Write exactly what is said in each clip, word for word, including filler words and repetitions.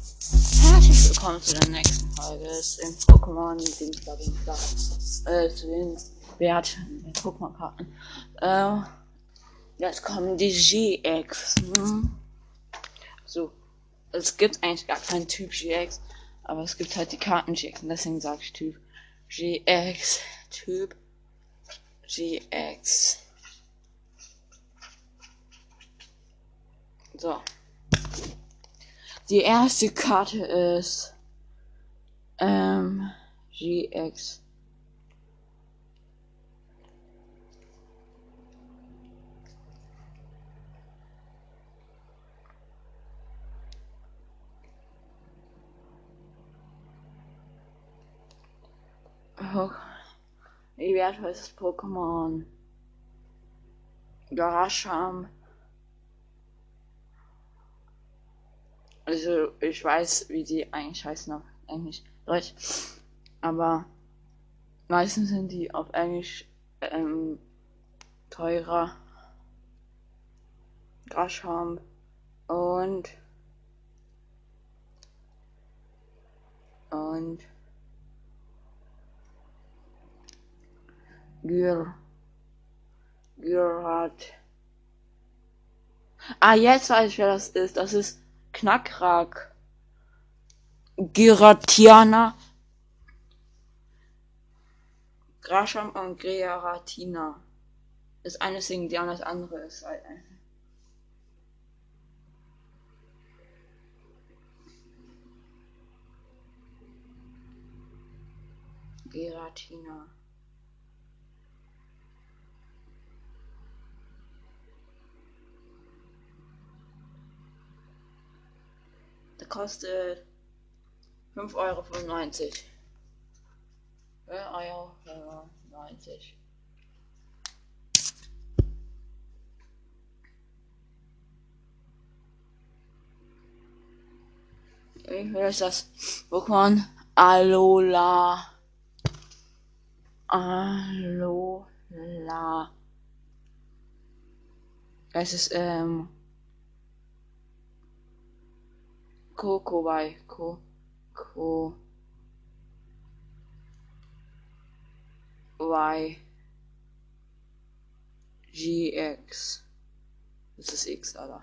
Herzlich willkommen zu der nächsten Folge im Pokémon Dings äh, zu den Werten der Pokémon-Karten. Äh, jetzt kommen die G X. Hm. So, es gibt eigentlich gar keinen Typ G X, aber es gibt halt die Karten G X und deswegen sage ich Typ G X. Typ G X. So. Die erste Karte ist ähm, G X. Oh, wie wertvoll ist das Pokémon? Garasham. Also ich weiß, wie die eigentlich heißen auf Englisch, Deutsch, aber meistens sind die auf Englisch ähm, teurer. Grasham und und Gyr Gyrat. Ah, jetzt weiß ich, wer das ist. Das ist Knackrak. Gyratiana. Grasham und Geratina. Das eine ist Indian, das andere ist halt einfach. Geratina. Der kostet fünf Euro fünfundneunzig. fünf Euro fünfundneunzig. Wie viel ist das? Pokémon Alola. Alola. Es ist, ähm, Kokowai. Ko, Ko, Y, G X. Das ist X, Alter.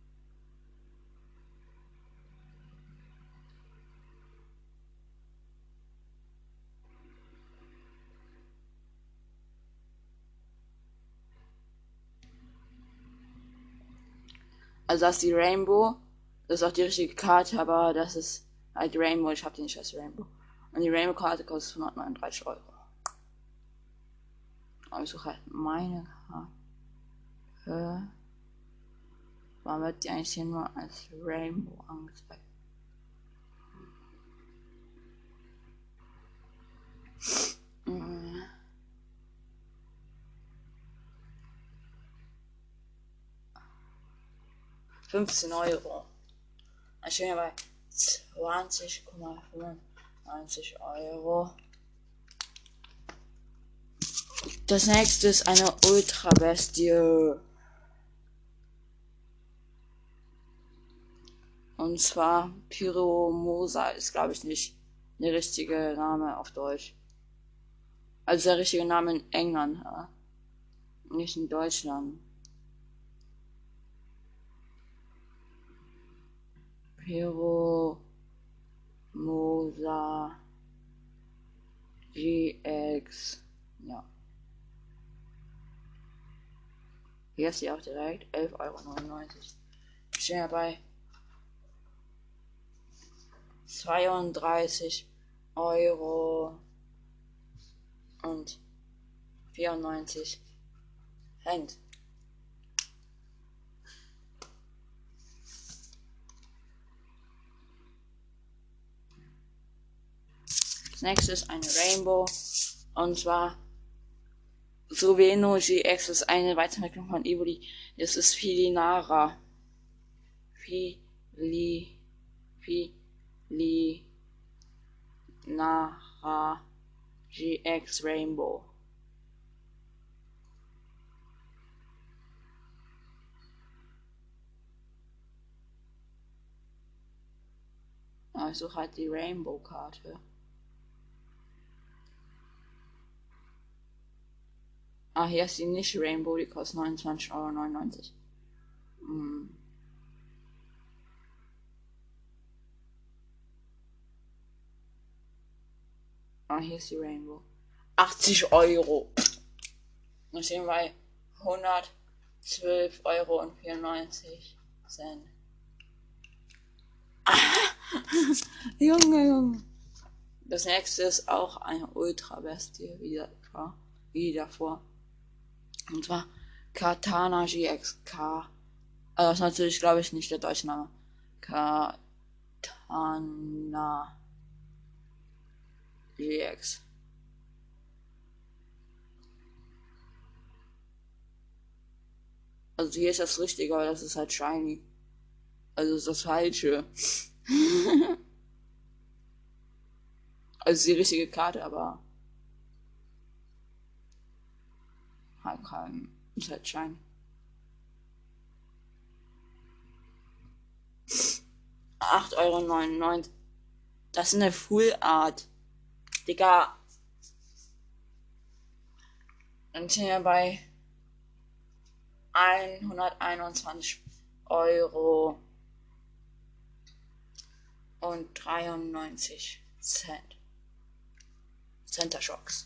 Also das ist die Rainbow. Das ist auch die richtige Karte, aber das ist halt Rainbow. Ich hab die nicht als Rainbow. Und die Rainbow-Karte kostet hundertneununddreißig Euro. Aber ich suche halt meine Karte. Warum wird die eigentlich hier nur als Rainbow angezeigt? Mhm. fünfzehn Euro. Ich bin ja bei zwanzig Komma fünfundneunzig Euro. Das nächste ist eine Ultra-Bestie. Und zwar Pyromosa ist, glaube ich, nicht der richtige Name auf Deutsch. Also der richtige Name in England, ja. Nicht in Deutschland. Pyromosa G X. Ja. Hier ist sie auch direkt. elf Euro neunundneunzig. Ich bin ja bei zweiunddreißig Euro und vierundneunzig Cent. Das nächste ist eine Rainbow. Und zwar Soveno G X ist eine Weiterentwicklung von Evoli. Das ist Filinara. Fili. Filinara G X Rainbow. ich suche halt die Rainbow-Karte. Ah, hier ist die nicht Rainbow, die kostet neunundzwanzig Euro neunundneunzig. Hm. Ah, hier ist die Rainbow. achtzig Euro. Und stehen bei hundertzwölf Euro und vierundneunzig Cent. Ah. Junge, Junge. Das nächste ist auch eine Ultra-Bestie, wie davor. Wie davor. Und zwar Katana G X K. Also das ist natürlich, glaube ich, nicht der deutsche Name. Katana G X. Also hier ist das Richtige, aber das ist halt shiny. Also ist das Falsche. Also die richtige Karte, aber halt kein. Ist halt shiny. acht Euro neunundneunzig. Das ist eine Full Art. Digga. Dann sind wir bei hunderteinundzwanzig Euro und dreiundneunzig Cent. Center Shocks.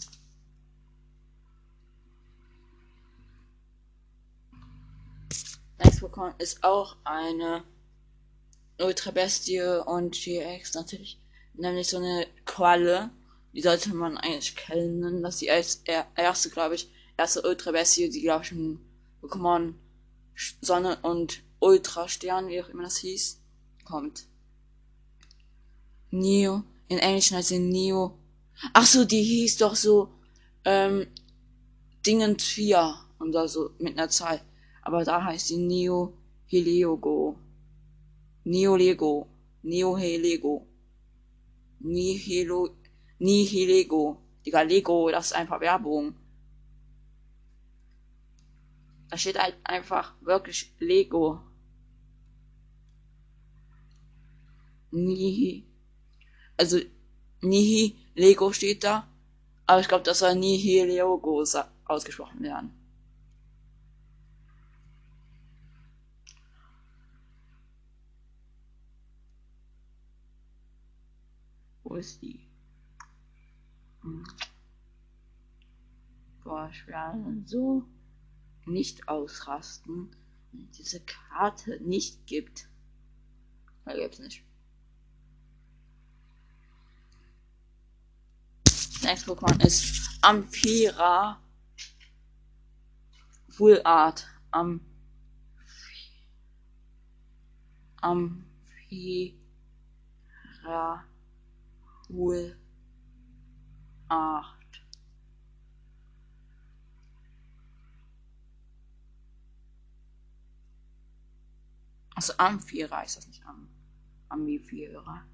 Next Pokémon ist auch eine Ultra Bestie und G X natürlich. Nämlich so eine Qualle. Die sollte man eigentlich kennen. Das ist die erste, glaube ich, erste Ultra Bestie, die, glaube ich, in Pokémon Sonne und Ultra Stern, wie auch immer das hieß, kommt. Neo. In Englisch heißt sie Neo. Ach so, die hieß doch so, ähm, Dingens vier und da so mit einer Zahl. Aber da heißt sie Neo Heliogo. Neo Lego. Neo Helego. Nihilo. Nihilego. Digga, Lego, das ist einfach Werbung. Da steht halt einfach wirklich Lego. Nihi. Also, Nihi Lego steht da. Aber ich glaube, das soll Nihilego ausgesprochen werden. Wo ist die? Hm. Boah, ich werde so nicht ausrasten, wenn es diese Karte nicht gibt. Da gibt's nicht. Next Pokémon ist Amphira Full Art. Am Amphira Full Art. Also Amphira ist das nicht Am Amphira.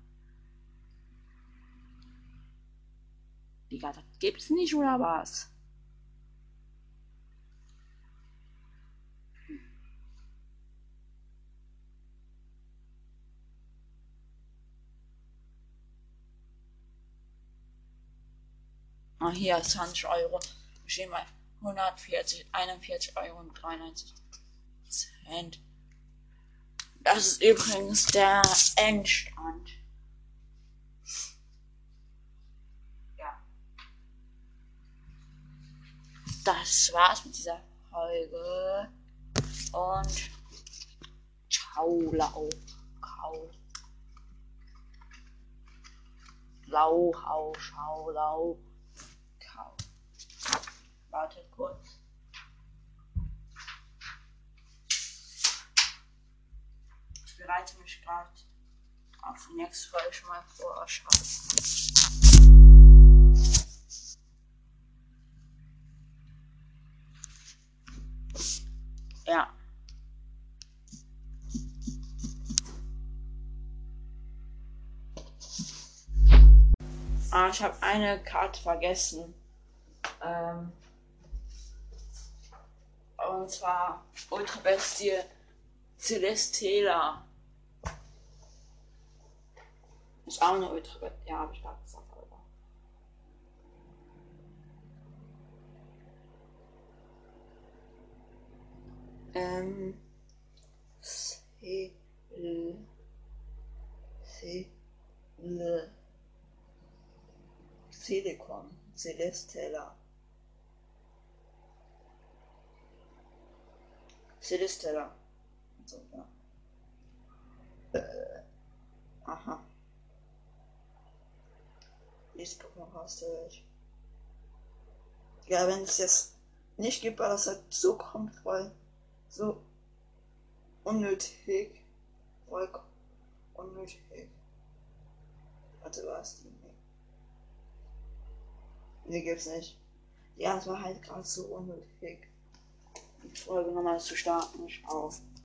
Digga, das gibt's nicht, oder was? Ah, hier zwanzig Euro. Wir stehen bei hundertvierzig, einundvierzig Euro und dreiundneunzig Cent. Das ist übrigens der Endstand. Ja. Das war's mit dieser Folge. Und ciao, lau, kau. Lau, hau, schau, lau, kau. Wartet kurz. Ich bereite mich gerade auf die nächste Folge schon mal vor. Schau. Ja. Ah, ich habe eine Karte vergessen. Ähm, und zwar Ultra Bestie Celestela. Ist auch eine Ultra. Ja, habe ich gerade gesagt, aber. Ähm. C. L. C. L. Silicon. Celestella. Celestella. So, ja. Äh, aha. Liest Pokémon raus der Welt. Ja, wenn es jetzt nicht gibt, weil das halt so kommt, weil so unnötig. Voll unnötig. Warte, was? Nee. Nee, gibt's nicht. Ja, es war halt gerade so unnötig, die Folge nochmal zu starten. Ich auf.